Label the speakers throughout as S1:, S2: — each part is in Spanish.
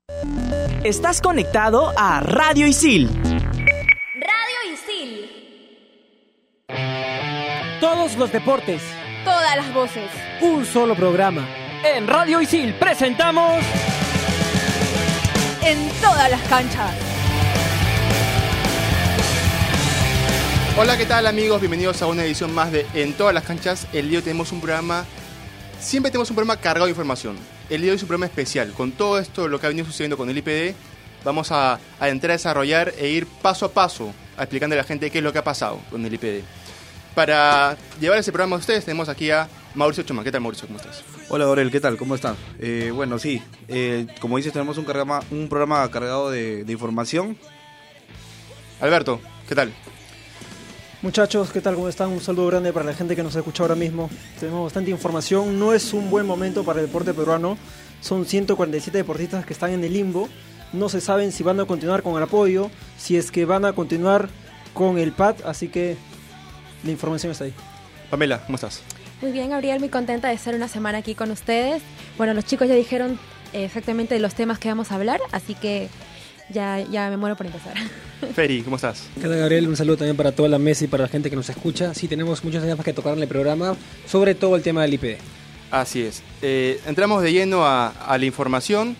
S1: Estás conectado a Radio Isil.
S2: Radio Isil.
S3: Todos los deportes.
S2: Todas las voces.
S3: Un solo programa. En Radio Isil presentamos...
S2: En todas las canchas.
S4: Hola, ¿qué tal amigos? Bienvenidos a una edición más de En todas las canchas. El día de hoy tenemos un programa... Siempre tenemos un programa cargado de información. El día de hoy es un programa especial. Con todo esto, lo que ha venido sucediendo con el IPD, vamos a entrar a desarrollar e ir paso a paso explicando a la gente qué es lo que ha pasado con el IPD. Para llevar ese programa a ustedes, tenemos aquí a Mauricio Choma. ¿Qué tal, Mauricio? ¿Cómo estás?
S5: Hola, Dorel, ¿qué tal? ¿Cómo están? Bueno, sí, como dices, tenemos un programa cargado de información.
S4: Alberto, ¿qué tal?
S6: Muchachos, ¿qué tal? ¿Cómo están? Un saludo grande para la gente que nos escucha ahora mismo. Tenemos bastante información, no es un buen momento para el deporte peruano. Son 147 deportistas que están en el limbo. No se saben si van a continuar con el apoyo, si es que van a continuar con el PAD, así que la información está ahí.
S4: Pamela, ¿cómo estás?
S7: Muy bien, Gabriel, muy contenta de estar una semana aquí con ustedes. Bueno, los chicos ya dijeron exactamente de los temas que vamos a hablar, así que ya me muero por empezar.
S4: Feri, ¿cómo estás?
S3: ¿Qué tal, Gabriel? Un saludo también para toda la mesa y para la gente que nos escucha. Sí, tenemos muchos temas que tocar en el programa, sobre todo el tema del IPD.
S4: Así es. Entramos de lleno a la información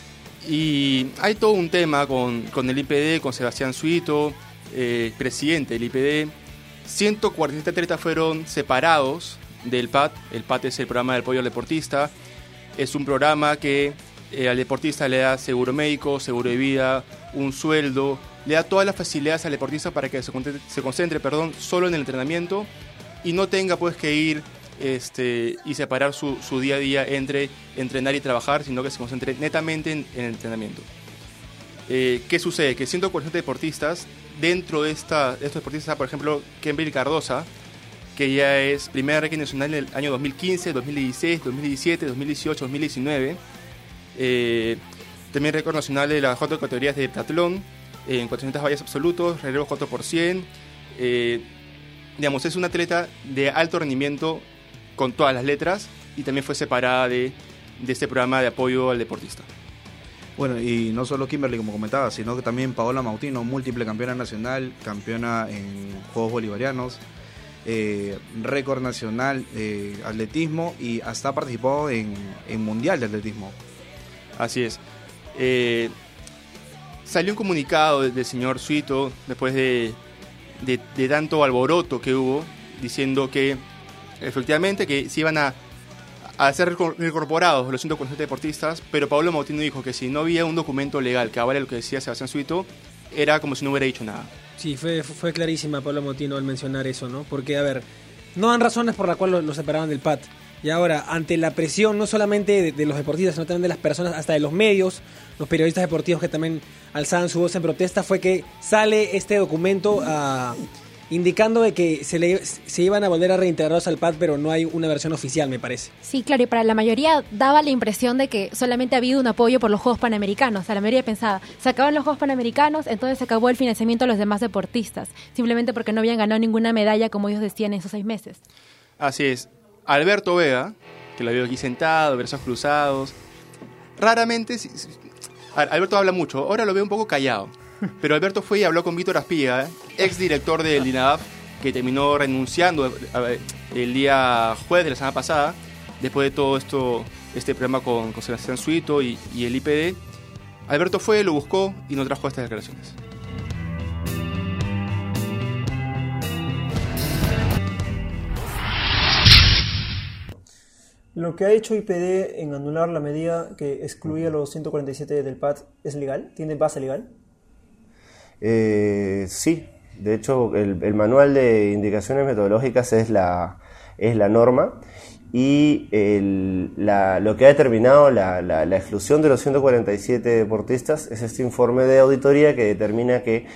S4: y hay todo un tema con el IPD, con Sebastián Suito, presidente del IPD. 147 atletas fueron separados del PAD. El PAD es el programa del apoyo al deportista. Es un programa que al deportista le da seguro médico, seguro de vida, un sueldo, le da todas las facilidades al deportista para que se concentre solo en el entrenamiento y no tenga pues que ir y separar su día a día entre entrenar y trabajar, sino que se concentre netamente en el entrenamiento. ¿Qué sucede? Que 147 deportistas, dentro de estos deportistas está, por ejemplo, Kembril Cardosa, que ya es primera ranking nacional en el año 2015, 2016, 2017, 2018, 2019. También récord nacional de las 4 categorías de heptatlón, en 400 vallas absolutos, relevos 4%. Digamos, es una atleta de alto rendimiento con todas las letras y también fue separada de este programa de apoyo al deportista.
S5: Bueno, y no solo Kimberly, como comentaba, sino que también Paola Mautino, múltiple campeona nacional, campeona en Juegos Bolivarianos, récord nacional de atletismo y hasta participó en Mundial de Atletismo.
S4: Así es. Salió un comunicado del señor Suito después de tanto alboroto que hubo, diciendo que efectivamente que se iban a ser incorporados los 147 deportistas, pero Paolo Mautino dijo que si no había un documento legal que avale lo que decía Sebastián Suito, era como si no hubiera dicho nada.
S3: Sí, fue clarísima Paolo Mautino al mencionar eso, ¿no? Porque, a ver, no dan razones por las cuales lo separaban del PAD. Y ahora, ante la presión no solamente de los deportistas, sino también de las personas, hasta de los medios, los periodistas deportivos que también alzaban su voz en protesta, fue que sale este documento indicando de que se iban a volver a reintegrarlos al PAD, pero no hay una versión oficial, me parece.
S7: Sí, claro, y para la mayoría daba la impresión de que solamente ha habido un apoyo por los Juegos Panamericanos. O sea, la mayoría pensaba, se acaban los Juegos Panamericanos, entonces se acabó el financiamiento a los demás deportistas, simplemente porque no habían ganado ninguna medalla, como ellos decían, en esos 6 meses.
S4: Así es. Alberto Vega, que lo veo aquí sentado, brazos cruzados, raramente... Alberto habla mucho, ahora lo veo un poco callado. Pero Alberto fue y habló con Víctor Aspiga, ex director del INADAF, que terminó renunciando el día jueves de la semana pasada, después de todo este problema con Sebastián Suito y el IPD. Alberto fue, lo buscó y nos trajo estas declaraciones.
S6: ¿Lo que ha hecho IPD en anular la medida que excluía a los 147 del PAD es legal? ¿Tiene base legal?
S8: Sí, de hecho el manual de indicaciones metodológicas es la norma y lo que ha determinado la exclusión de los 147 deportistas es este informe de auditoría que determina que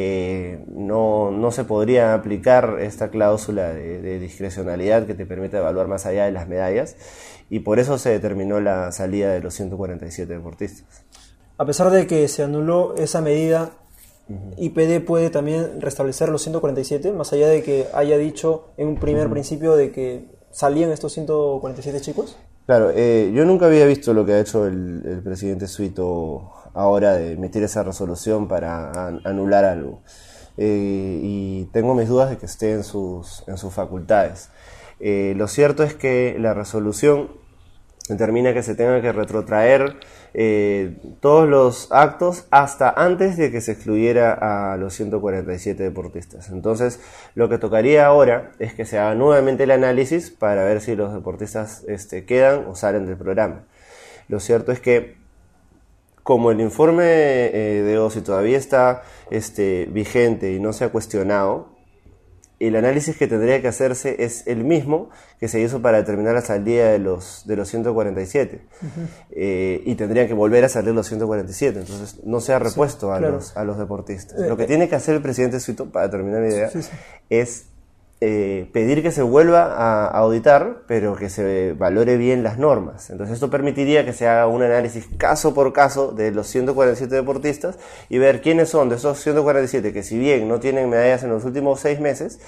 S8: no se podría aplicar esta cláusula de discrecionalidad que te permite evaluar más allá de las medallas y por eso se determinó la salida de los 147 deportistas.
S6: A pesar de que se anuló esa medida, IPD puede también restablecer los 147, más allá de que haya dicho en un primer principio de que salían estos 147 chicos.
S8: Claro, yo nunca había visto lo que ha hecho el presidente Suito ahora de emitir esa resolución para anular algo. Y tengo mis dudas de que esté en sus facultades. Lo cierto es que la resolución determina que se tenga que retrotraer todos los actos hasta antes de que se excluyera a los 147 deportistas. Entonces, lo que tocaría ahora es que se haga nuevamente el análisis para ver si los deportistas quedan o salen del programa. Lo cierto es que, como el informe de OSI todavía está vigente y no se ha cuestionado, el análisis que tendría que hacerse es el mismo que se hizo para determinar la salida de los 147. Y tendrían que volver a salir los 147. Entonces no se ha repuesto a los deportistas. Lo que tiene que hacer el presidente Suito, para terminar la idea, es pedir que se vuelva a auditar, pero que se valore bien las normas. Entonces esto permitiría que se haga un análisis caso por caso de los 147 deportistas y ver quiénes son de esos 147 que, si bien no tienen medallas en los últimos 6 meses,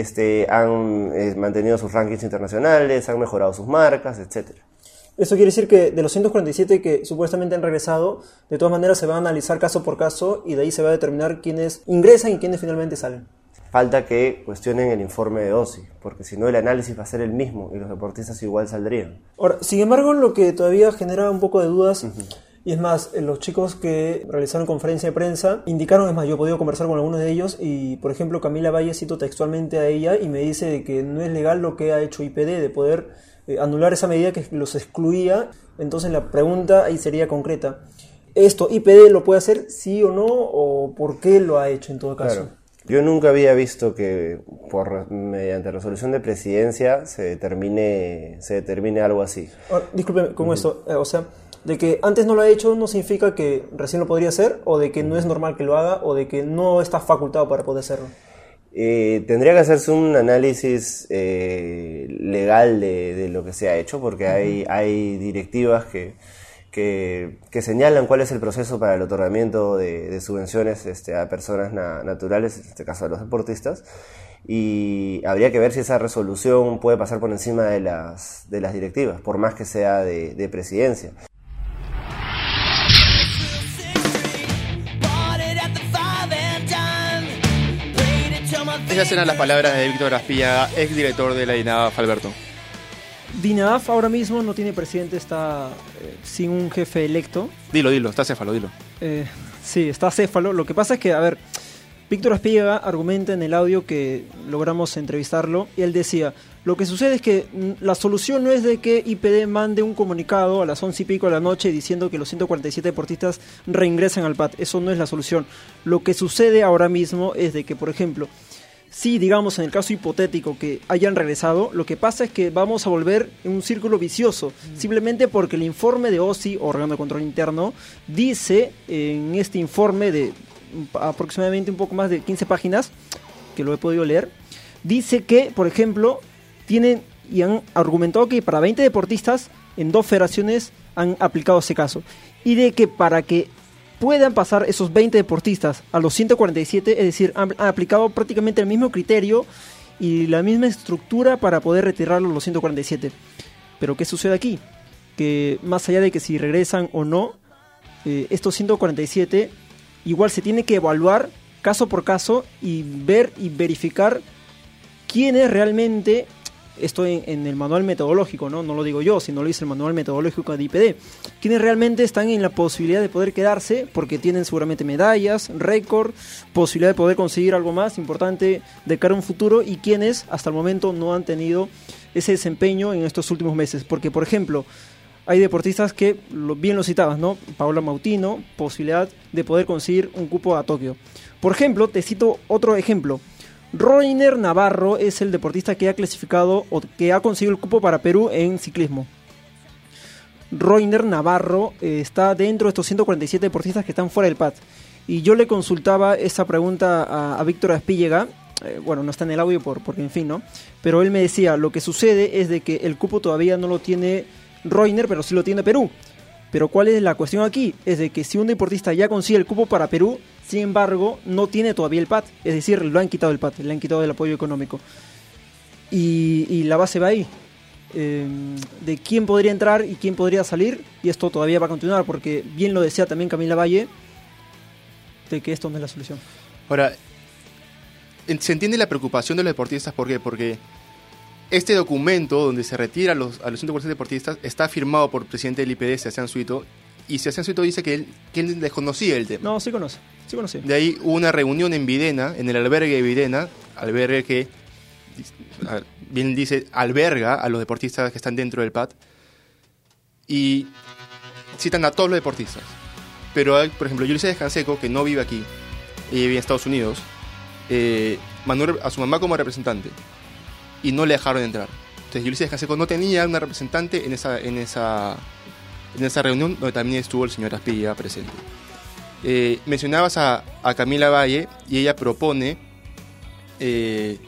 S8: han mantenido sus rankings internacionales, han mejorado sus marcas, etcétera.
S6: Eso quiere decir que de los 147 que supuestamente han regresado, de todas maneras se va a analizar caso por caso y de ahí se va a determinar quiénes ingresan y quiénes finalmente salen.
S8: Falta que cuestionen el informe de OSI, porque si no el análisis va a ser el mismo y los deportistas igual saldrían.
S6: Ahora, sin embargo, lo que todavía genera un poco de dudas, y es más, los chicos que realizaron conferencia de prensa indicaron, es más, yo he podido conversar con algunos de ellos y, por ejemplo, Camila Valle, cito textualmente a ella y me dice de que no es legal lo que ha hecho IPD de poder anular esa medida que los excluía. Entonces la pregunta ahí sería concreta. ¿Esto IPD lo puede hacer sí o no? ¿O por qué lo ha hecho en todo caso?
S8: Claro. Yo nunca había visto que mediante resolución de presidencia se determine algo así.
S6: Ahora, discúlpeme con esto, o sea, de que antes no lo ha hecho no significa que recién lo podría hacer, o de que no es normal que lo haga, o de que no está facultado para poder hacerlo.
S8: Tendría que hacerse un análisis legal de lo que se ha hecho, porque hay directivas que señalan cuál es el proceso para el otorgamiento de subvenciones a personas naturales, en este caso a los deportistas, y habría que ver si esa resolución puede pasar por encima de las directivas, por más que sea de presidencia.
S4: Esas eran las palabras de Víctor Aspíllaga, exdirector de la INAVAF, Alberto.
S6: DINAVAF ahora mismo no tiene presidente, está sin un jefe electo.
S4: Dilo, está céfalo, dilo.
S6: Sí, está céfalo. Lo que pasa es que, a ver, Víctor Aspíllaga argumenta en el audio que logramos entrevistarlo y él decía, lo que sucede es que la solución no es de que IPD mande un comunicado a las 11 y pico de la noche diciendo que los 147 deportistas reingresen al PAT. Eso no es la solución. Lo que sucede ahora mismo es de que, por ejemplo, si digamos en el caso hipotético que hayan regresado, lo que pasa es que vamos a volver en un círculo vicioso, simplemente porque el informe de OSI, órgano de control interno, dice en este informe de aproximadamente un poco más de 15 páginas, que lo he podido leer, dice que, por ejemplo, tienen y han argumentado que para 20 deportistas en 2 federaciones han aplicado ese caso, y de que para que puedan pasar esos 20 deportistas a los 147, es decir, han aplicado prácticamente el mismo criterio y la misma estructura para poder retirarlos los 147. Pero ¿qué sucede aquí? Que más allá de que si regresan o no, estos 147 igual se tiene que evaluar caso por caso y ver y verificar quiénes realmente, esto en el manual metodológico, no lo digo yo, sino lo dice el manual metodológico de IPD, quienes realmente están en la posibilidad de poder quedarse porque tienen seguramente medallas, récord, posibilidad de poder conseguir algo más importante de cara a un futuro, y quienes hasta el momento no han tenido ese desempeño en estos últimos meses. Porque, por ejemplo, hay deportistas que, bien lo citabas, ¿no? Paola Mautino, posibilidad de poder conseguir un cupo a Tokio. Por ejemplo, te cito otro ejemplo. Roiner Navarro es el deportista que ha clasificado o que ha conseguido el cupo para Perú en ciclismo. Roiner Navarro está dentro de estos 147 deportistas que están fuera del PAT. Y yo le consultaba esa pregunta a Víctor Aspíllaga. Bueno, no está en el audio porque en fin, ¿no? Pero él me decía, lo que sucede es de que el cupo todavía no lo tiene Roiner, pero sí lo tiene Perú. Pero ¿cuál es la cuestión aquí? Es de que si un deportista ya consigue el cupo para Perú, sin embargo, no tiene todavía el PAT. Es decir, lo han quitado el PAT, le han quitado el apoyo económico. Y la base va ahí. de quién podría entrar y quién podría salir, y esto todavía va a continuar, porque bien lo decía también Camila Valle, de que esto no es la solución.
S4: Ahora, se entiende la preocupación de los deportistas, ¿por qué? Porque este documento donde se retira a los 140 deportistas está firmado por el presidente del IPD, Sebastián Suito, y Sebastián Suito dice que él desconocía el tema.
S6: No, sí conocía.
S4: De ahí hubo una reunión en Videna, en el albergue de Videna, albergue que, bien dice, alberga a los deportistas que están dentro del PAD, y citan a todos los deportistas. Pero hay, por ejemplo, Ulises Canseco, que no vive aquí, y vive en Estados Unidos, mandó a su mamá como representante, y no le dejaron entrar. Entonces Ulises Canseco no tenía una representante en esa reunión, donde también estuvo el señor Aspilla presente. Mencionabas a Camila Valle, y ella propone que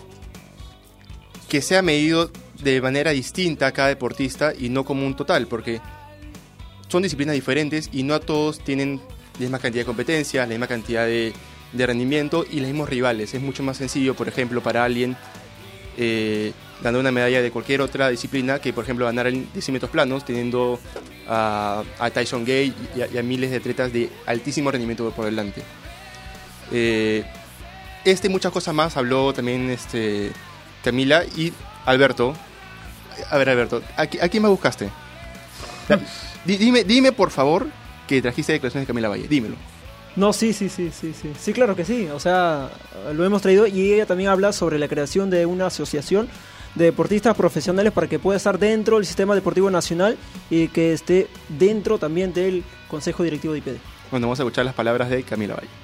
S4: sea medido de manera distinta a cada deportista y no como un total, porque son disciplinas diferentes y no a todos tienen la misma cantidad de competencias, la misma cantidad de rendimiento y los mismos rivales. Es mucho más sencillo, por ejemplo, para alguien ganar una medalla de cualquier otra disciplina que, por ejemplo, ganar en 10 metros planos, teniendo a Tyson Gay y a miles de atletas de altísimo rendimiento por delante. Muchas cosas más habló también Camila y Alberto. A ver, Alberto, ¿a quién me buscaste? Dime, por favor, que trajiste declaraciones de Camila Valle. Dímelo.
S6: No, sí, claro que sí. O sea, lo hemos traído, y ella también habla sobre la creación de una asociación de deportistas profesionales para que pueda estar dentro del sistema deportivo nacional y que esté dentro también del Consejo Directivo de IPD.
S4: Bueno, vamos a escuchar las palabras de Camila Valle.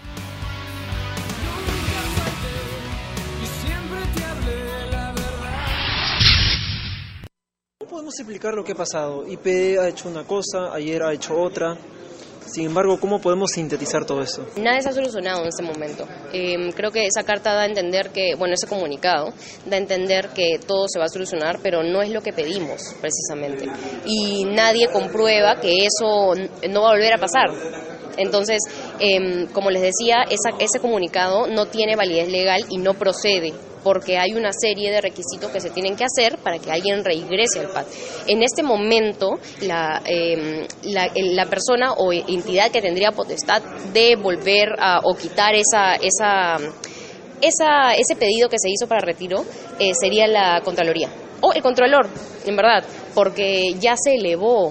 S6: No podemos explicar lo que ha pasado. IPD ha hecho una cosa, ayer ha hecho otra. Sin embargo, ¿cómo podemos sintetizar todo eso?
S9: Nada se ha solucionado en este momento. Creo que esa carta da a entender que, ese comunicado da a entender que todo se va a solucionar, pero no es lo que pedimos, precisamente. Y nadie comprueba que eso no va a volver a pasar. Entonces, como les decía, ese comunicado no tiene validez legal y no procede, porque hay una serie de requisitos que se tienen que hacer para que alguien reingrese al PAD. En este momento, la persona o entidad que tendría potestad de volver o quitar ese pedido que se hizo para retiro sería la Contraloría. O el Contralor, en verdad, porque ya se elevó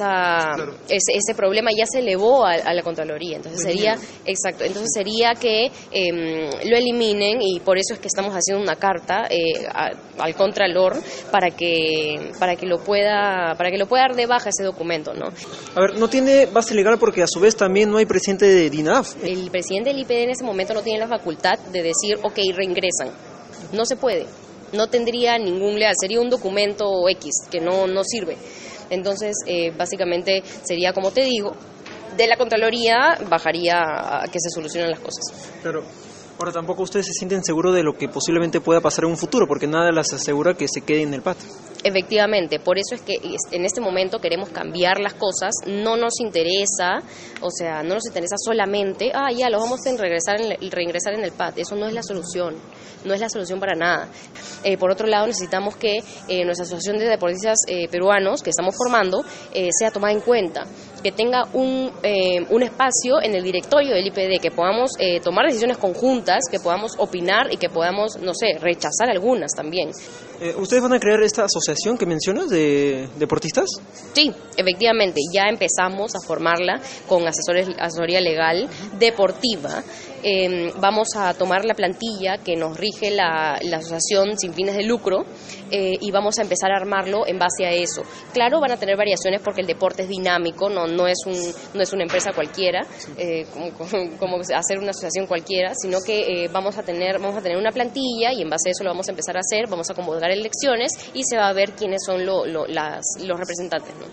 S9: ese problema, ya se elevó a la Contraloría. Entonces sería que lo eliminen, y por eso es que estamos haciendo una carta al Contralor para que lo pueda dar de baja ese documento, ¿no?
S6: A ver, no tiene base legal porque a su vez también no hay presidente de DINAF.
S9: El presidente del IPD en ese momento no tiene la facultad de decir, ok, reingresan. No se puede. No tendría ningún leal, sería un documento X que no sirve. Entonces, básicamente sería, como te digo, de la Contraloría bajaría a que se solucionen las cosas.
S6: Pero ahora tampoco ustedes se sienten seguros de lo que posiblemente pueda pasar en un futuro, porque nada les asegura que se quede en el PAD.
S9: Efectivamente, por eso es que en este momento queremos cambiar las cosas. No nos interesa, no nos interesa solamente, los vamos a reingresar en el PAD. Eso no es la solución, no es la solución para nada. Por otro lado, necesitamos que nuestra asociación de deportistas peruanos que estamos formando sea tomada en cuenta, que tenga un espacio en el directorio del IPD, que podamos tomar decisiones conjuntas, que podamos opinar y que podamos, rechazar algunas también.
S6: ¿Ustedes van a crear esta asociación que mencionas de deportistas?
S9: Sí, efectivamente, ya empezamos a formarla con asesoría legal deportiva. Vamos a tomar la plantilla que nos rige la asociación sin fines de lucro y vamos a empezar a armarlo en base a eso. Claro, van a tener variaciones porque el deporte es dinámico, no es una empresa cualquiera, como hacer una asociación cualquiera, sino que vamos a tener una plantilla y en base a eso lo vamos a empezar a hacer, vamos a convocar elecciones y se va a ver quiénes son los representantes, ¿no?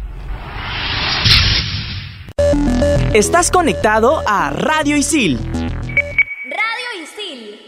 S1: Estás conectado a Radio Isil.
S2: Radio Isil.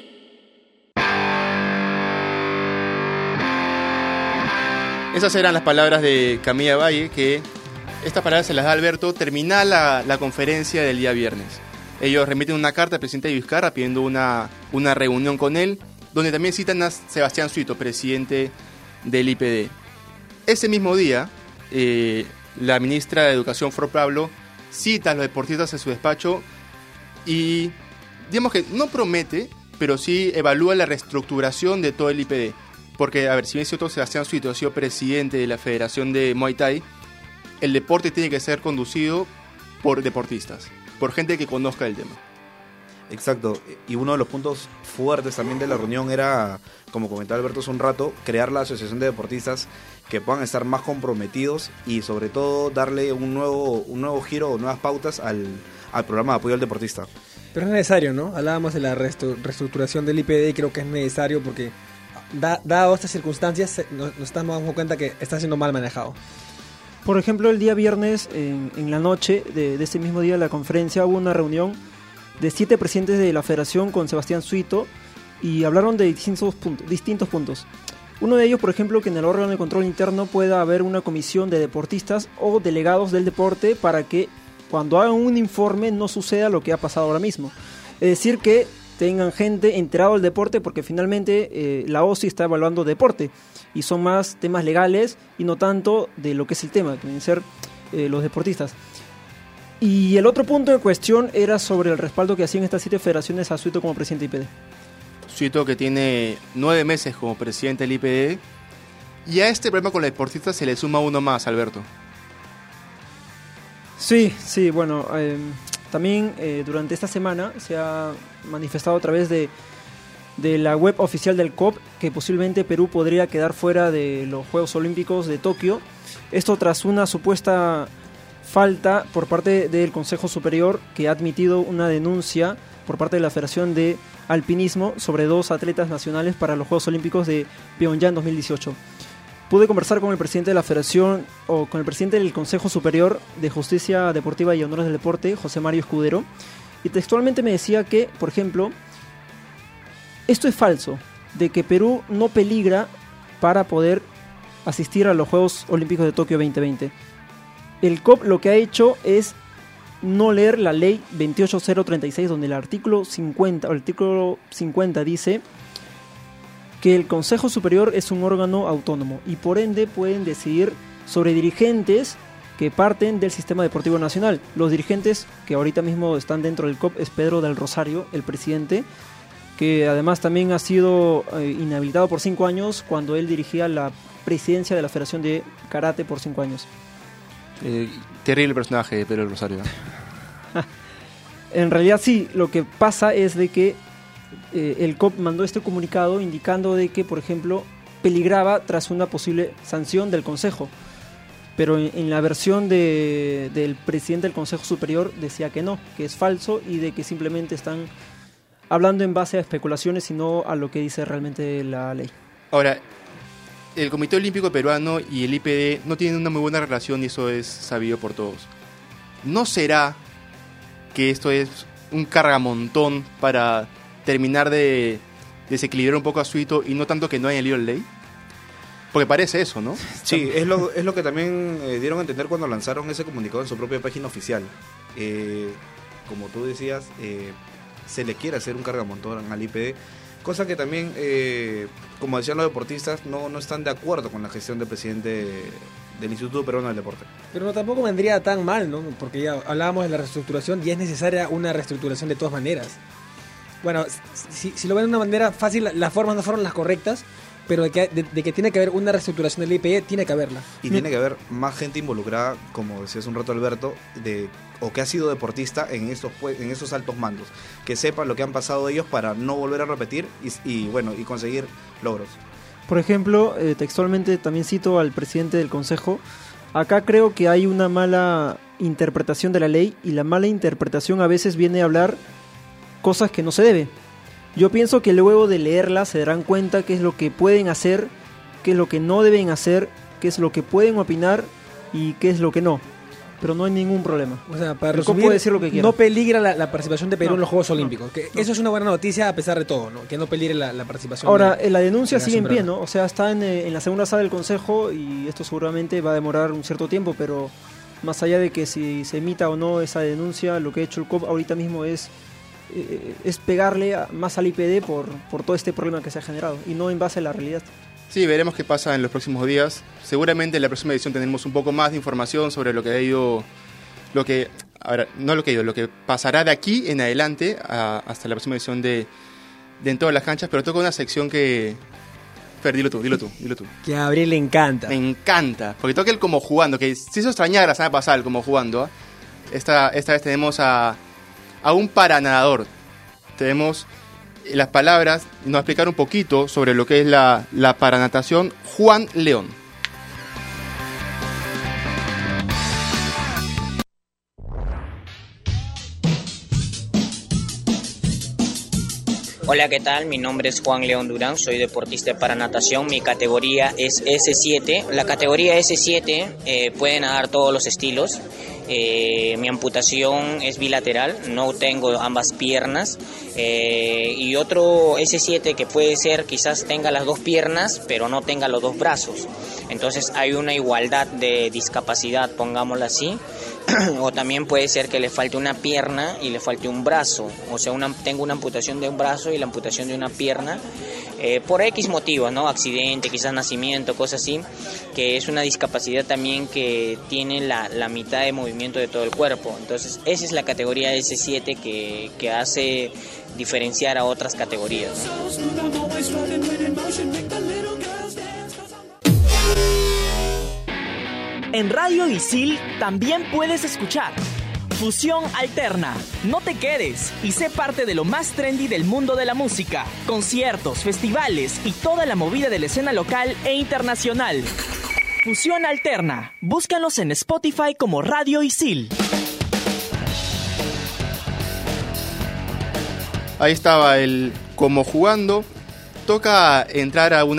S4: Esas eran las palabras de Camila Valle, que estas palabras se las da Alberto terminada la conferencia del día viernes. Ellos remiten una carta al presidente de Vizcarra pidiendo una reunión con él, donde también citan a Sebastián Suito, presidente del IPD. Ese mismo día, la ministra de Educación, Flor Pablo, cita a los deportistas en su despacho y digamos que no promete, pero sí evalúa la reestructuración de todo el IPD. Porque, a ver, si bien es cierto, Sebastián Suito ha sido presidente de la Federación de Muay Thai, el deporte tiene que ser conducido por deportistas, por gente que conozca el tema.
S5: Exacto, y uno de los puntos fuertes también de la reunión era, como comentaba Alberto hace un rato, crear la asociación de deportistas que puedan estar más comprometidos y sobre todo darle un nuevo giro o nuevas pautas al programa de apoyo al deportista.
S3: Pero es necesario, ¿no? Hablábamos de la reestructuración del IPD y creo que es necesario porque, dado estas circunstancias, nos estamos dando cuenta que está siendo mal manejado.
S6: Por ejemplo, el día viernes, en la noche de ese mismo día de la conferencia, hubo una reunión de 7 presidentes de la federación con Sebastián Suito y hablaron de distintos puntos. Uno de ellos, por ejemplo, que en el órgano de control interno pueda haber una comisión de deportistas o delegados del deporte para que cuando hagan un informe no suceda lo que ha pasado ahora mismo. Es decir, que tengan gente enterada del deporte porque finalmente la OSI está evaluando deporte y son más temas legales y no tanto de lo que es el tema, que deben ser los deportistas. Y el otro punto en cuestión era sobre el respaldo que hacían estas 7 federaciones a Suito como presidente del IPD.
S4: Suito, que tiene 9 meses como presidente del IPD, y a este problema con los deportistas se le suma uno más, Alberto.
S6: Sí, bueno, también durante esta semana se ha manifestado a través de la web oficial del COP que posiblemente Perú podría quedar fuera de los Juegos Olímpicos de Tokio. Esto tras una supuesta falta por parte del Consejo Superior, que ha admitido una denuncia por parte de la Federación de Alpinismo sobre 2 atletas nacionales para los Juegos Olímpicos de Pyongyang 2018. Pude conversar con el presidente de la Federación o con el presidente del Consejo Superior de Justicia Deportiva y Honores del Deporte, José Mario Escudero, y textualmente me decía que, por ejemplo, esto es falso, de que Perú no peligra para poder asistir a los Juegos Olímpicos de Tokio 2020. El COP lo que ha hecho es no leer la ley 28036, donde el artículo 50 dice que el Consejo Superior es un órgano autónomo y por ende pueden decidir sobre dirigentes que parten del sistema deportivo nacional. Los dirigentes que ahorita mismo están dentro del COP es Pedro del Rosario, el presidente, que además también ha sido inhabilitado por 5 años cuando él dirigía la presidencia de la Federación de Karate por 5 años.
S4: Terrible personaje de Pedro del Rosario.
S6: En realidad sí, lo que pasa es de que el COP mandó este comunicado indicando de que, por ejemplo, peligraba tras una posible sanción del Consejo. Pero en la versión del presidente del Consejo Superior decía que no, que es falso y de que simplemente están hablando en base a especulaciones y no a lo que dice realmente la ley.
S4: Ahora, el Comité Olímpico Peruano y el IPD no tienen una muy buena relación y eso es sabido por todos. ¿No será que esto es un cargamontón para terminar de desequilibrar un poco a Suito y no tanto que no haya lío en ley? Porque parece eso, ¿no?
S5: Sí, es lo que también dieron a entender cuando lanzaron ese comunicado en su propia página oficial. Como tú decías, se le quiere hacer un cargamontón al IPD, cosa que también, como decían los deportistas, no están de acuerdo con la gestión del presidente del Instituto Peruano del Deporte.
S3: Pero no, tampoco vendría tan mal, ¿no? Porque ya hablábamos de la reestructuración y es necesaria una reestructuración de todas maneras. Bueno, si lo ven de una manera fácil, las formas no fueron las correctas, pero de que tiene que haber una reestructuración del IPD, tiene que haberla.
S5: Y tiene que haber más gente involucrada, como decía hace un rato Alberto, o que ha sido deportista en esos altos mandos, que sepan lo que han pasado ellos para no volver a repetir y conseguir logros.
S6: Por ejemplo, textualmente también cito al presidente del Consejo. Acá creo que hay una mala interpretación de la ley y la mala interpretación a veces viene a hablar cosas que no se debe. Yo pienso que luego de leerla se darán cuenta qué es lo que pueden hacer, qué es lo que no deben hacer, qué es lo que pueden opinar y qué es lo que no. Pero no hay ningún problema.
S3: O sea, para
S6: resumir, puede decir lo que quiera.
S3: No peligra la participación de Perú en los Juegos Olímpicos. Eso es una buena noticia a pesar de todo, ¿no? Que no peligre la participación.
S6: Ahora, la denuncia sigue en pie, ¿no? O sea, está en la segunda sala del Consejo y esto seguramente va a demorar un cierto tiempo, pero más allá de que si se emita o no esa denuncia, lo que ha hecho el COP ahorita mismo es pegarle más al IPD por todo este problema que se ha generado y no en base a la realidad.
S4: Sí, veremos qué pasa en los próximos días. Seguramente en la próxima edición tendremos un poco más de información sobre lo que ha ido, lo que pasará de aquí en adelante hasta la próxima edición de En Todas las Canchas, pero toca una sección que... Fer, dilo tú.
S3: Que a Gabriel le encanta.
S4: Me encanta, porque toca el como jugando, que se hizo extrañar la semana pasada el como jugando. Esta vez tenemos a un paranadador. Tenemos las palabras, nos va a explicar un poquito sobre lo que es la paranatación, Juan León.
S10: Hola, ¿qué tal? Mi nombre es Juan León Durán, soy deportista de paranatación, mi categoría es S7. La categoría S7 puede nadar todos los estilos. Mi amputación es bilateral, no tengo ambas piernas. Y otro S7 que puede ser quizás tenga las dos piernas, pero no tenga los dos brazos. Entonces hay una igualdad de discapacidad, pongámoslo así. O también puede ser que le falte una pierna y le falte un brazo. O sea, tengo una amputación de un brazo y la amputación de una pierna. Por X motivos, ¿no? Accidente, quizás nacimiento, cosas así. Que es una discapacidad también que tiene la mitad de movimiento de todo el cuerpo. Entonces, esa es la categoría S7 que hace diferenciar a otras categorías, ¿no?
S1: En Radio Isil también puedes escuchar Fusión Alterna. No te quedes y sé parte de lo más trendy del mundo de la música. Conciertos, festivales y toda la movida de la escena local e internacional. Fusión Alterna. Búscanos en Spotify como Radio Isil.
S4: Ahí estaba el como jugando. Toca entrar a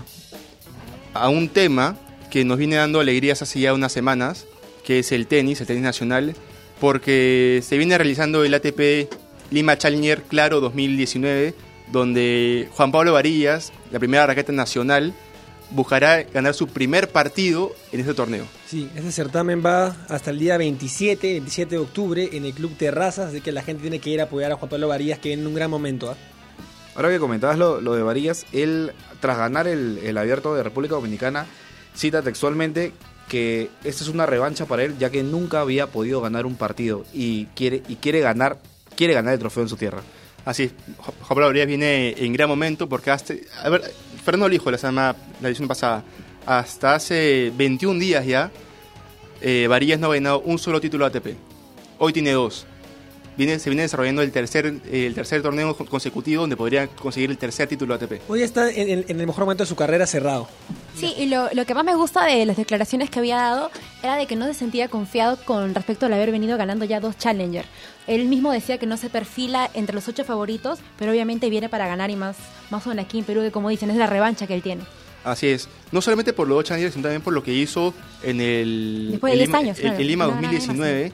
S4: un tema que nos viene dando alegrías hace ya unas semanas, que es el tenis nacional, porque se viene realizando el ATP Lima Challenger Claro 2019, donde Juan Pablo Varillas, la primera raqueta nacional, buscará ganar su primer partido en este torneo.
S3: Sí, este certamen va hasta el día 27 de octubre en el Club Terrazas, así que la gente tiene que ir a apoyar a Juan Pablo Varillas, que viene en un gran momento.
S5: Ahora que comentabas lo de Varillas, él, tras ganar el Abierto de República Dominicana, cita textualmente que esta es una revancha para él, ya que nunca había podido ganar un partido y quiere ganar el trofeo en su tierra.
S4: Así, Juan Pablo Varillas viene en gran momento porque Fernando Lijo la edición pasada, hasta hace 21 días ya, Varillas no ha ganado un solo título ATP. Hoy tiene 2. Se viene desarrollando el tercer torneo consecutivo donde podría conseguir el tercer título ATP.
S3: Hoy está en el mejor momento de su carrera, cerrado.
S7: Sí, y lo que más me gusta de las declaraciones que había dado era de que no se sentía confiado con respecto al haber venido ganando ya 2 Challenger. Él mismo decía que no se perfila entre los 8 favoritos, pero obviamente viene para ganar y más aún aquí en Perú, que como dicen, es la revancha que él tiene.
S4: Así es, no solamente por los 2 Challengers, sino también por lo que hizo en
S7: Después de 10 años,
S4: en Lima 2019.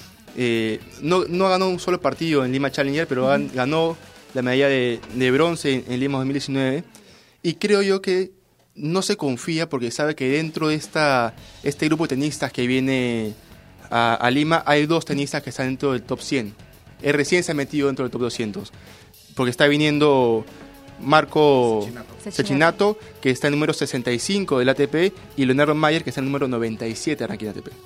S4: No ganó un solo partido en Lima Challenger, pero ganó la medalla de bronce en Lima 2019. Y creo yo que no se confía porque sabe que dentro de este grupo de tenistas que viene a Lima hay 2 tenistas que están dentro del top 100. Él recién se ha metido dentro del top 200 porque está viniendo Marco Cecchinato, que está en el número 65 del ATP, y Leonardo Mayer, que está en el número 97 de ranking ATP.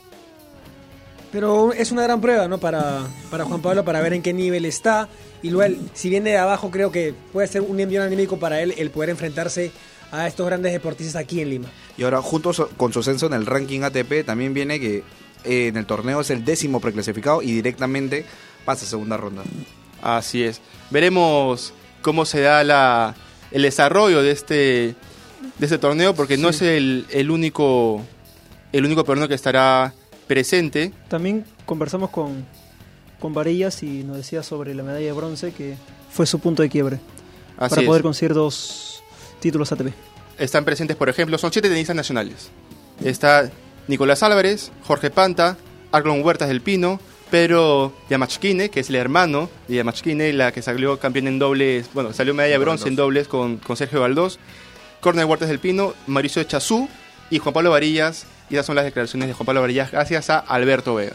S3: Pero es una gran prueba, ¿no? Para Juan Pablo, para ver en qué nivel está. Y luego, si viene de abajo, creo que puede ser un envío anímico para él el poder enfrentarse a estos grandes deportistas aquí en Lima.
S5: Y ahora, junto con su ascenso en el ranking ATP, también viene que en el torneo es el 10º preclasificado y directamente pasa a segunda ronda.
S4: Así es. Veremos cómo se da el desarrollo de este torneo, porque no es el único peruano que estará presente.
S6: También conversamos con Varillas y nos decía sobre la medalla de bronce, que fue su punto de quiebre para poder conseguir 2 títulos ATP.
S4: Están presentes, por ejemplo, son 7 tenistas nacionales. Está Nicolás Álvarez, Jorge Panta, Arlon Huertas del Pino, Pedro Yamachkine, que es el hermano de Yamachkine, la que salió campeón en dobles, salió medalla de bronce en dobles con Sergio Valdós, Cornel Huertas del Pino, Mauricio Chazú y Juan Pablo Varillas. Y esas son las declaraciones de Juan Pablo Varillas gracias a Alberto Vega.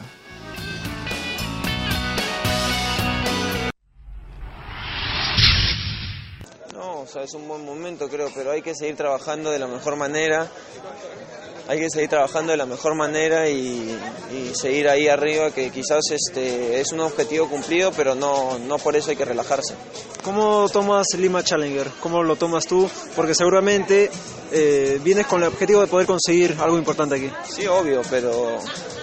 S11: sea, es un buen momento, creo, pero hay que seguir trabajando de la mejor manera. Hay que seguir trabajando de la mejor manera y seguir ahí arriba, que quizás es un objetivo cumplido, pero no por eso hay que relajarse.
S6: ¿Cómo tomas Lima Challenger? ¿Cómo lo tomas tú? Porque seguramente vienes con el objetivo de poder conseguir algo importante aquí.
S11: Sí, obvio, pero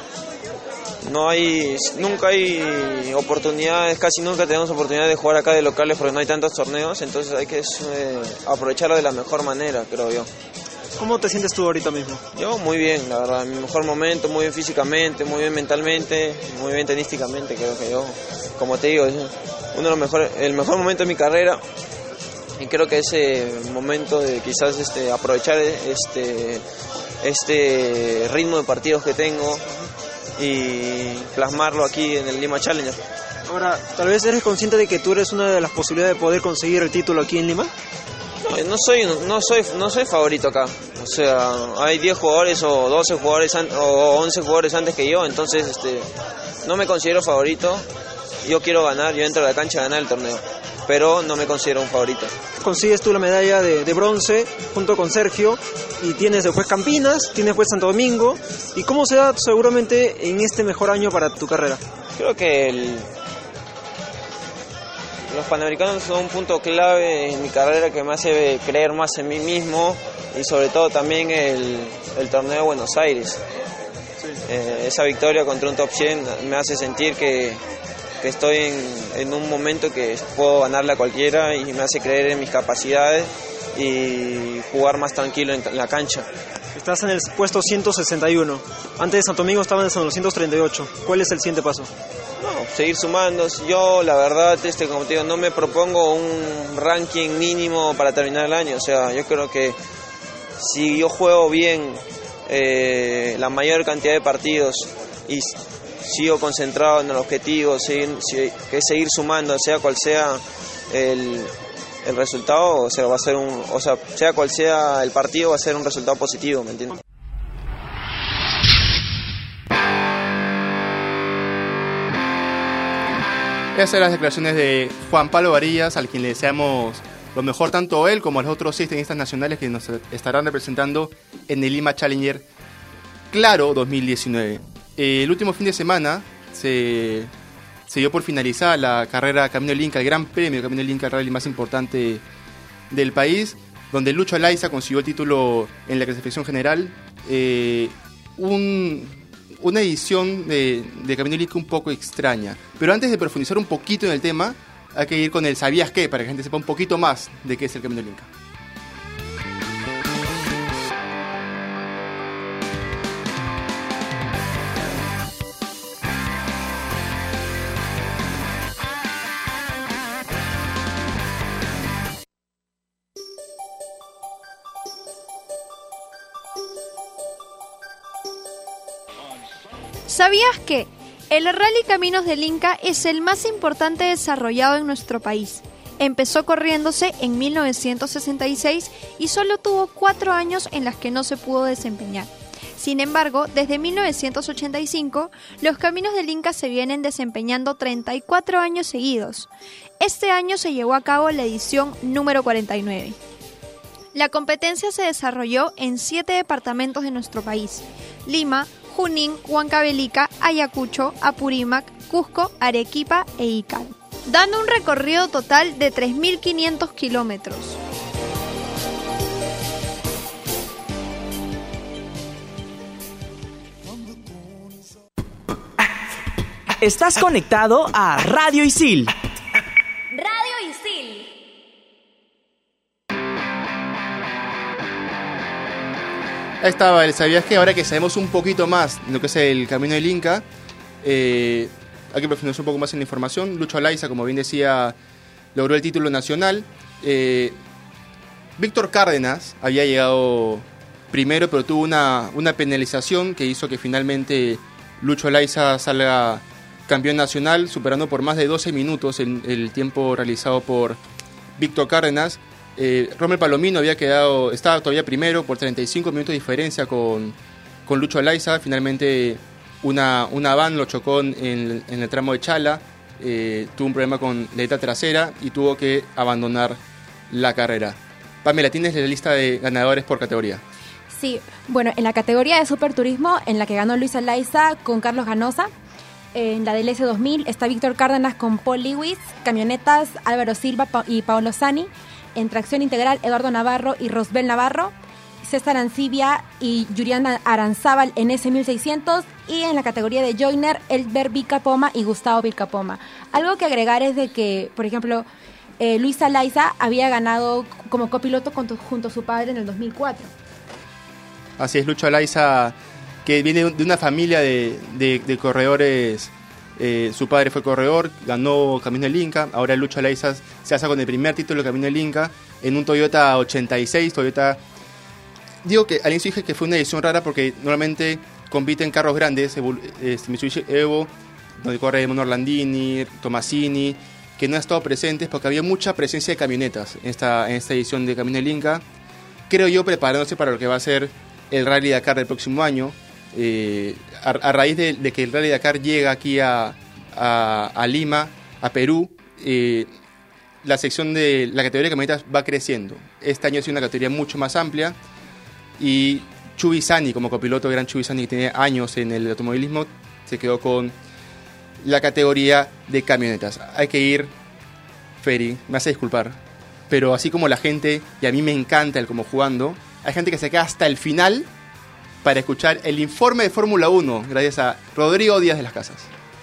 S11: nunca hay oportunidades, casi nunca tenemos oportunidad de jugar acá de locales porque no hay tantos torneos, entonces hay que aprovecharlo de la mejor manera, creo yo.
S6: ¿Cómo te sientes tú ahorita mismo?
S11: Yo muy bien, la verdad, en mi mejor momento, muy bien físicamente, muy bien mentalmente, muy bien tenísticamente, creo que yo, como te digo, es el mejor momento de mi carrera y creo que ese momento de quizás aprovechar este ritmo de partidos que tengo y plasmarlo aquí en el Lima Challenger.
S6: Ahora, tal vez eres consciente de que tú eres una de las posibilidades de poder conseguir el título aquí en Lima.
S11: No soy favorito acá. O sea, hay 10 jugadores o 12 jugadores o 11 jugadores antes que yo, entonces no me considero favorito. Yo quiero ganar, yo entro a la cancha a ganar el torneo, pero no me considero un favorito.
S6: Consigues tú la medalla de bronce junto con Sergio y tienes después Campinas, tienes después Santo Domingo. ¿Y cómo se da seguramente en este mejor año para tu carrera?
S11: Creo que los Panamericanos son un punto clave en mi carrera que me hace creer más en mí mismo y sobre todo también el torneo de Buenos Aires. Sí. Esa victoria contra un top 100 me hace sentir que estoy en un momento que puedo ganarle a cualquiera y me hace creer en mis capacidades y jugar más tranquilo en la cancha.
S6: Estás en el puesto 161. Antes de Santo Domingo estabas en los 138. ¿Cuál es el siguiente paso?
S11: Seguir sumando. Yo, la verdad, como te digo, no me propongo un ranking mínimo para terminar el año. O sea, yo creo que si yo juego bien la mayor cantidad de partidos y sigo concentrado en el objetivo, seguir sumando, sea cual sea el resultado, o sea, va a ser sea cual sea el partido, va a ser un resultado positivo, ¿me entiendes?
S4: Esas son las declaraciones de Juan Pablo Varillas, al quien le deseamos lo mejor tanto a él como a los otros 6 tenistas nacionales que nos estarán representando en el Lima Challenger Claro 2019. El último fin de semana se dio por finalizada la carrera Camino del Inca, el Gran Premio Camino del Inca, el rally más importante del país, donde Lucho Alaiza consiguió el título en la clasificación general. Una edición de Camino del Inca un poco extraña. Pero antes de profundizar un poquito en el tema, hay que ir con el ¿sabías qué? Para que la gente sepa un poquito más de qué es el Camino del Inca.
S12: ¿Sabías que el Rally Caminos del Inca es el más importante desarrollado en nuestro país? Empezó corriéndose en 1966 y solo tuvo 4 años en las que no se pudo desempeñar. Sin embargo, desde 1985, los Caminos del Inca se vienen desempeñando 34 años seguidos. Este año se llevó a cabo la edición número 49. La competencia se desarrolló en 7 departamentos de nuestro país: Lima, Junín, Huancavelica, Ayacucho, Apurímac, Cusco, Arequipa e Ical, dando un recorrido total de 3.500 kilómetros.
S1: Estás conectado a Radio Isil.
S2: Radio Isil.
S4: Ahí estaba el ¿sabías qué? Ahora que sabemos un poquito más de lo que es el Camino del Inca, hay que profundizar un poco más en la información. Lucho Alaiza, como bien decía, logró el título nacional. Víctor Cárdenas había llegado primero, pero tuvo una penalización que hizo que finalmente Lucho Alaiza salga campeón nacional, superando por más de 12 minutos el tiempo realizado por Víctor Cárdenas. Rommel Palomino estaba todavía primero por 35 minutos de diferencia con Lucho Alaiza. Finalmente una van lo chocó en el tramo de Chala, tuvo un problema con la aleta trasera y tuvo que abandonar la carrera. Pamela, ¿tienes la lista de ganadores por categoría?
S7: Sí, bueno, en la categoría de superturismo, en la que ganó Luis Alaiza con Carlos Ganosa. En la del S2000 está Víctor Cárdenas con Paul Lewis. Camionetas, Álvaro Silva y Paolo Sani. En tracción integral, Eduardo Navarro y Rosbel Navarro. César Ancibia y Julián Aranzábal en S1600. Y en la categoría de Joiner, Elber Vilcapoma y Gustavo Vilcapoma. Algo que agregar es de que, por ejemplo, Luis Alaiza había ganado como copiloto junto a su padre en el 2004.
S4: Así es, Lucho Alaiza, que viene de una familia de corredores. Su padre fue corredor, ganó Camino del Inca. Ahora Lucho Alaiza se hace con el primer título de Camino del Inca en un Toyota 86. Digo que al inicio dije que fue una edición rara porque normalmente compiten carros grandes, Mitsubishi Evo, donde corre Mono Orlandini, Tomasini, que no han estado presentes porque había mucha presencia de camionetas en esta edición de Camino del Inca. Creo yo preparándose para lo que va a ser el Rally Dakar del próximo año. A raíz de que el Rally Dakar llega aquí a Lima, a Perú, la sección de la categoría de camionetas va creciendo. Este año ha sido una categoría mucho más amplia y Chuy Sani, como copiloto, gran Chuy Sani, que tiene años en el automovilismo, se quedó con la categoría de camionetas. Hay que ir, Feri, me hace disculpar, pero así como la gente, y a mí me encanta el como jugando, hay gente que se queda hasta el final para escuchar el informe de Fórmula 1, gracias a Rodrigo Díaz de las Casas.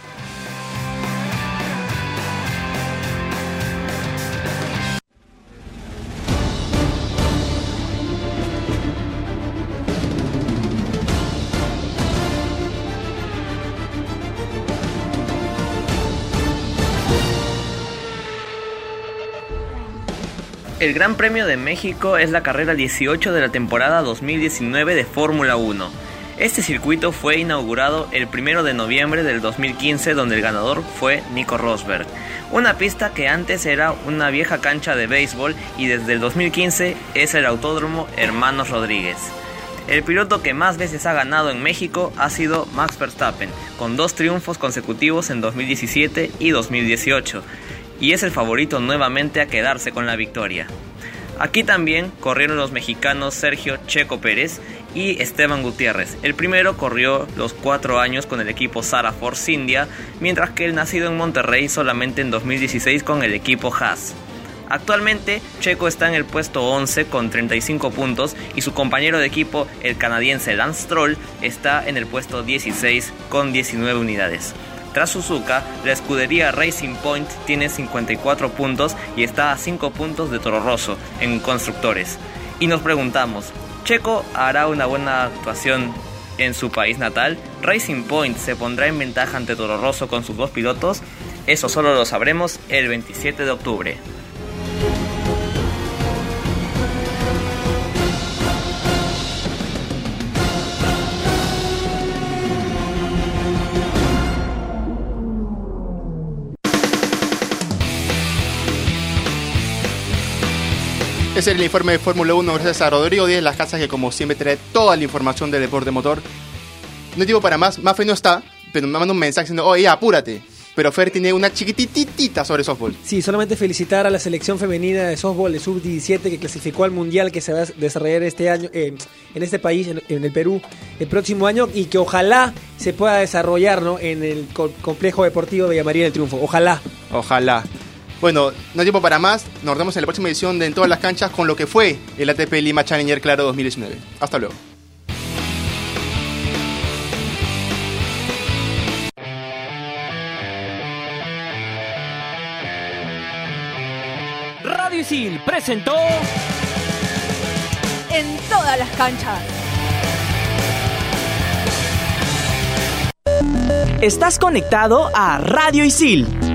S13: El Gran Premio de México es la carrera 18 de la temporada 2019 de Fórmula 1. Este circuito fue inaugurado el 1 de noviembre del 2015, donde el ganador fue Nico Rosberg. Una pista que antes era una vieja cancha de béisbol y desde el 2015 es el Autódromo Hermanos Rodríguez. El piloto que más veces ha ganado en México ha sido Max Verstappen, con 2 triunfos consecutivos en 2017 y 2018. Y es el favorito nuevamente a quedarse con la victoria. Aquí también corrieron los mexicanos Sergio Checo Pérez y Esteban Gutiérrez. El primero corrió los 4 años con el equipo Sara Force India, mientras que el nacido en Monterrey solamente en 2016 con el equipo Haas. Actualmente Checo está en el puesto 11 con 35 puntos y su compañero de equipo, el canadiense Lance Stroll, está en el puesto 16 con 19 unidades. Tras Suzuka, la escudería Racing Point tiene 54 puntos y está a 5 puntos de Toro Rosso en constructores. Y nos preguntamos, ¿Checo hará una buena actuación en su país natal? ¿Racing Point se pondrá en ventaja ante Toro Rosso con sus 2 pilotos? Eso solo lo sabremos el 27 de octubre.
S4: Ese es el informe de Fórmula 1 gracias a Rodrigo Díaz de las Casas, que como siempre trae toda la información del deporte motor. No hay tiempo para más, Mafe no está, pero me manda un mensaje diciendo, oye, apúrate. Pero Fer tiene una chiquititita sobre softball.
S3: Sí, solamente felicitar a la selección femenina de softball de sub-17 que clasificó al mundial que se va a desarrollar este año en este país, en el Perú, el próximo año, y que ojalá se pueda desarrollar, ¿no?, en el complejo deportivo de Villa María del Triunfo. Ojalá.
S4: Bueno, no hay tiempo para más. Nos vemos en la próxima edición de En Todas las Canchas con lo que fue el ATP Lima Challenger Claro 2019. Hasta luego.
S1: Radio Isil presentó
S12: En Todas las Canchas.
S1: Estás conectado a Radio Isil.